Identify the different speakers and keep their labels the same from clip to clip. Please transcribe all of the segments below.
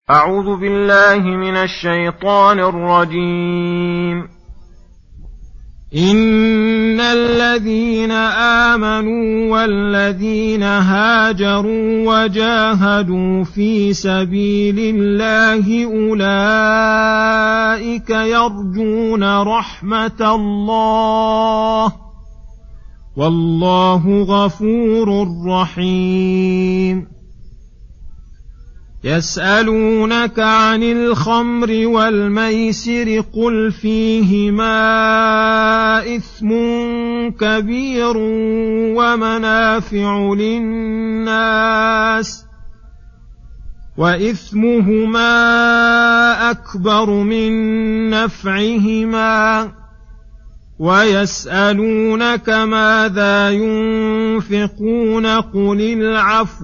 Speaker 1: أعوذ بالله من الشيطان الرجيم. إن الذين آمنوا والذين هاجروا وجاهدوا في سبيل الله أولئك يرجون رحمة الله والله غفور رحيم. يسألونك عن الخمر والميسر قل فيهما إثم كبير ومنافع للناس وإثمهما أكبر من نفعهما ويسألونك ماذا ينفقون قل العفو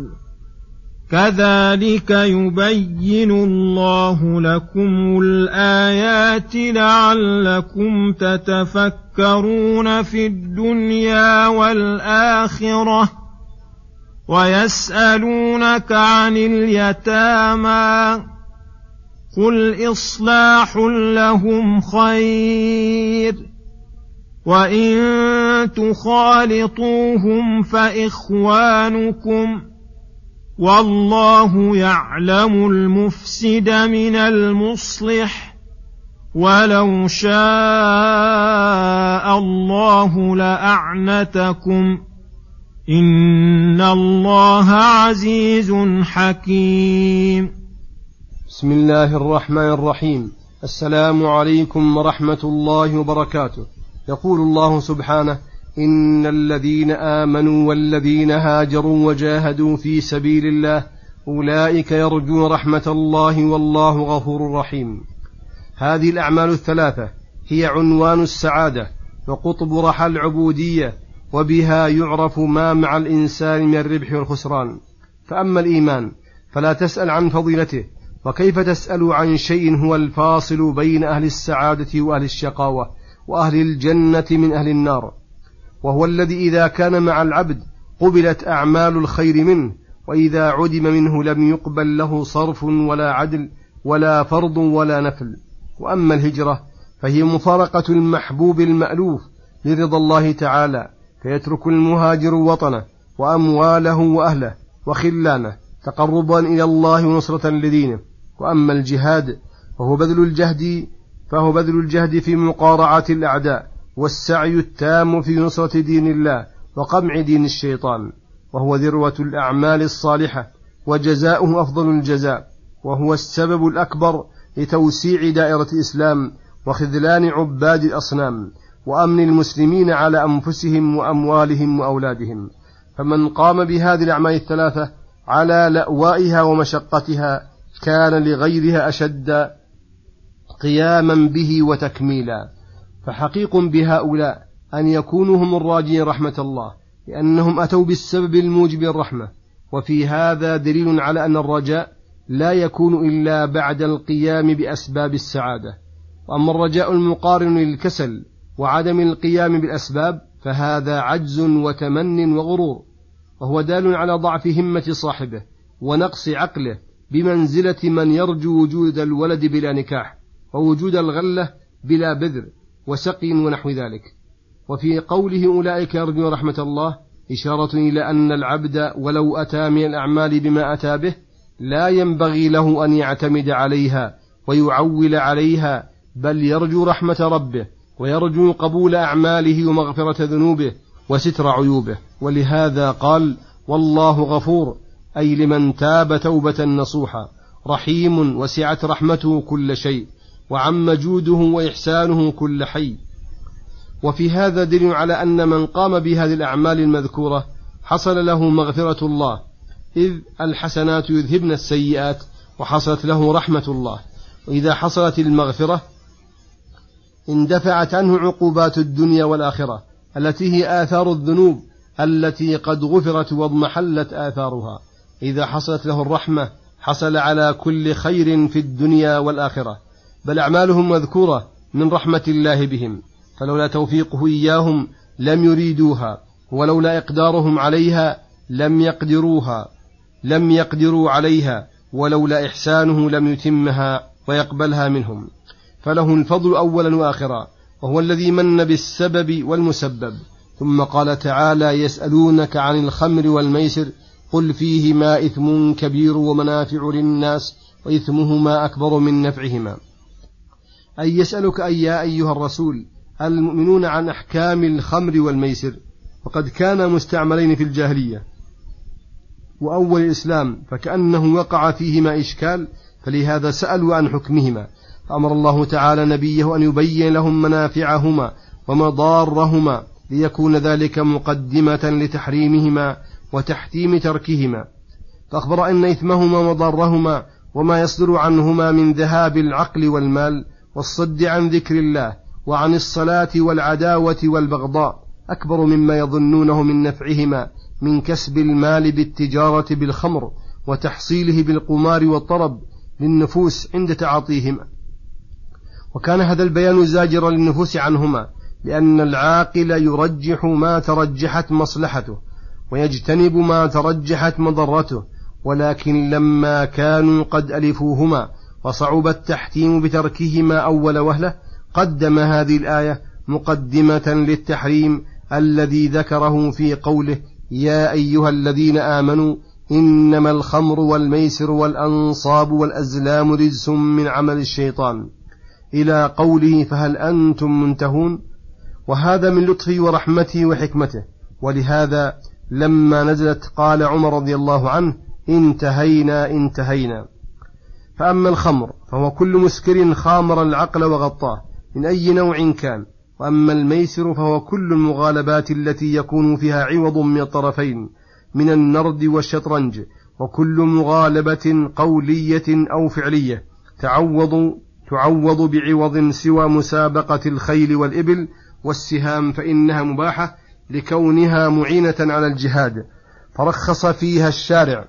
Speaker 1: كذلك يبين الله لكم الآيات لعلكم تتفكرون في الدنيا والآخرة. ويسألونك عن اليتامى قل إصلاح لهم خير وإن تخالطوهم فإخوانكم والله يعلم المفسد من المصلح ولو شاء الله لأعنتكم إن الله عزيز حكيم.
Speaker 2: بسم الله الرحمن الرحيم. السلام عليكم ورحمة الله وبركاته. يقول الله سبحانه: إن الذين آمنوا والذين هاجروا وجاهدوا في سبيل الله أولئك يرجون رحمة الله والله غفور رحيم. هذه الأعمال الثلاثة هي عنوان السعادة وقطب رحى العبودية، وبها يعرف ما مع الإنسان من الربح والخسران. فأما الإيمان فلا تسأل عن فضيلته، وكيف تسأل عن شيء هو الفاصل بين أهل السعادة وأهل الشقاوة وأهل الجنة من أهل النار، وهو الذي إذا كان مع العبد قبلت أعمال الخير منه، وإذا عدم منه لم يقبل له صرف ولا عدل ولا فرض ولا نفل. وأما الهجرة فهي مفارقة المحبوب المألوف لرضا الله تعالى، فيترك المهاجر وطنه وأمواله وأهله وخلانه تقربا إلى الله ونصرة لدينه. وأما الجهاد فهو بذل الجهد في مقارعة الأعداء والسعي التام في نصرة دين الله وقمع دين الشيطان، وهو ذروة الأعمال الصالحة وجزاؤه أفضل الجزاء، وهو السبب الأكبر لتوسيع دائرة الإسلام وخذلان عباد الأصنام وأمن المسلمين على أنفسهم وأموالهم وأولادهم. فمن قام بهذه الأعمال الثلاثة على لأوائها ومشقتها كان لغيرها أشد قياما به وتكميلا. فحقيق بهؤلاء أن يكونوا هم الراجين رحمة الله، لأنهم أتوا بالسبب الموجب الرحمة. وفي هذا دليل على أن الرجاء لا يكون إلا بعد القيام بأسباب السعادة. وأما الرجاء المقارن للكسل وعدم القيام بالأسباب فهذا عجز وتمن وغرور، وهو دال على ضعف همة صاحبه ونقص عقله، بمنزلة من يرجو وجود الولد بلا نكاح ووجود الغلة بلا بذر وسقي ونحو ذلك. وفي قوله أولئك يرجون رحمة الله إشارة إلى أن العبد ولو أتى من الأعمال بما أتى به لا ينبغي له أن يعتمد عليها ويعول عليها، بل يرجو رحمة ربه ويرجو قبول أعماله ومغفرة ذنوبه وستر عيوبه. ولهذا قال: والله غفور، أي لمن تاب توبة نصوحا، رحيم وسعت رحمته كل شيء وعم جوده وإحسانه كل حي. وفي هذا دليل على أن من قام بهذه الأعمال المذكورة حصل له مغفرة الله، إذ الحسنات يذهبن السيئات، وحصلت له رحمة الله. وإذا حصلت المغفرة اندفعت عنه عقوبات الدنيا والآخرة التي هي آثار الذنوب التي قد غفرت واضمحلت آثارها. إذا حصلت له الرحمة حصل على كل خير في الدنيا والآخرة، بل أعمالهم مذكورة من رحمة الله بهم، فلولا توفيقه إياهم لم يريدوها، ولولا إقدارهم عليها لم يقدروا عليها، ولولا إحسانه لم يتمها ويقبلها منهم، فله الفضل أولا وآخرا، وهو الذي من بالسبب والمسبب. ثم قال تعالى: يسألونك عن الخمر والميسر قل فيهما إثم كبير ومنافع للناس وإثمهما أكبر من نفعهما. أي يسألك أي يا أيها الرسول المؤمنون عن أحكام الخمر والميسر، وقد كانا مستعملين في الجاهلية وأول الإسلام، فكأنه وقع فيهما إشكال، فلهذا سألوا عن حكمهما، فأمر الله تعالى نبيه أن يبين لهم منافعهما ومضارهما، ليكون ذلك مقدمة لتحريمهما وتحتيم تركهما، فأخبر أن إثمهما وضارهما وما يصدر عنهما من ذهاب العقل والمال والصد عن ذكر الله وعن الصلاة والعداوة والبغضاء أكبر مما يظنونه من نفعهما من كسب المال بالتجارة بالخمر وتحصيله بالقمار والطرب للنفوس عند تعاطيهما. وكان هذا البيان زاجرا للنفوس عنهما، لأن العاقل يرجح ما ترجحت مصلحته ويجتنب ما ترجحت مضرته، ولكن لما كانوا قد ألفوهما وصعب التحتيم بتركهما أول وهلة، قدم هذه الآية مقدمة للتحريم الذي ذكره في قوله: يا أيها الذين آمنوا إنما الخمر والميسر والأنصاب والأزلام رجس من عمل الشيطان، إلى قوله: فهل أنتم منتهون؟ وهذا من لطفه ورحمته وحكمته، ولهذا لما نزلت قال عمر رضي الله عنه: انتهينا انتهينا. فأما الخمر فهو كل مسكر خامر العقل وغطاه من أي نوع كان، وأما الميسر فهو كل المغالبات التي يكون فيها عوض من الطرفين من النرد والشطرنج، وكل مغالبة قولية أو فعلية تعوض بعوض سوى مسابقة الخيل والإبل والسهام، فإنها مباحة لكونها معينة على الجهاد، فرخص فيها الشارع.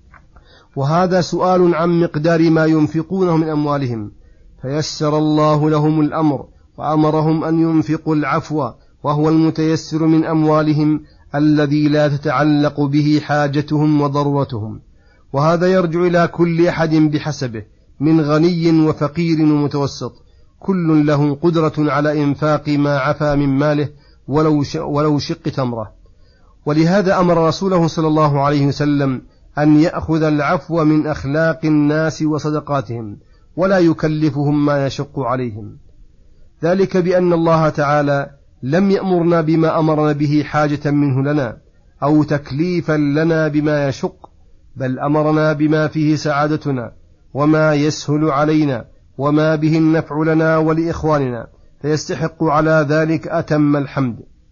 Speaker 2: وهذا سؤال عن مقدار ما ينفقونه من أموالهم، فيسر الله لهم الأمر وأمرهم أن ينفقوا العفو، وهو المتيسر من أموالهم الذي لا تتعلق به حاجتهم وضرورتهم. وهذا يرجع إلى كل أحد بحسبه من غني وفقير ومتوسط، كل له قدرة على إنفاق ما عفا من ماله ولو شق تمرة. ولهذا أمر رسوله صلى الله عليه وسلم أن يأخذ العفو من أخلاق الناس وصدقاتهم، ولا يكلفهم ما يشق عليهم، ذلك بأن الله تعالى لم يأمرنا بما أمرنا به حاجة منه لنا أو تكليفا لنا بما يشق، بل أمرنا بما فيه سعادتنا وما يسهل علينا وما به النفع لنا ولإخواننا، فيستحق على ذلك أتم الحمد.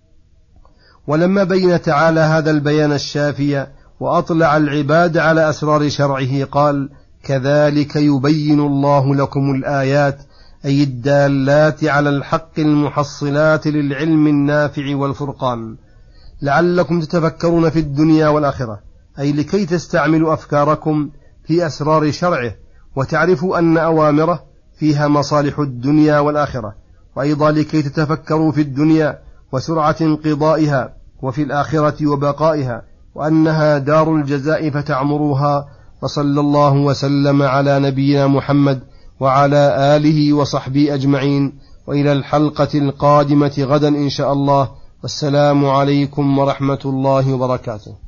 Speaker 2: ولما بين تعالى هذا البيان الشافي وأطلع العباد على أسرار شرعه قال: كذلك يبين الله لكم الآيات، أي الدالات على الحق المحصلات للعلم النافع والفرقان، لعلكم تتفكرون في الدنيا والآخرة، أي لكي تستعملوا أفكاركم في أسرار شرعه وتعرفوا أن أوامره فيها مصالح الدنيا والآخرة، وأيضا لكي تتفكروا في الدنيا وسرعة انقضائها، وفي الآخرة وبقائها، وأنها دار الجزاء فتعمروها. وصلى الله وسلم على نبينا محمد وعلى آله وصحبه أجمعين، وإلى الحلقة القادمة غدا إن شاء الله، والسلام عليكم ورحمة الله وبركاته.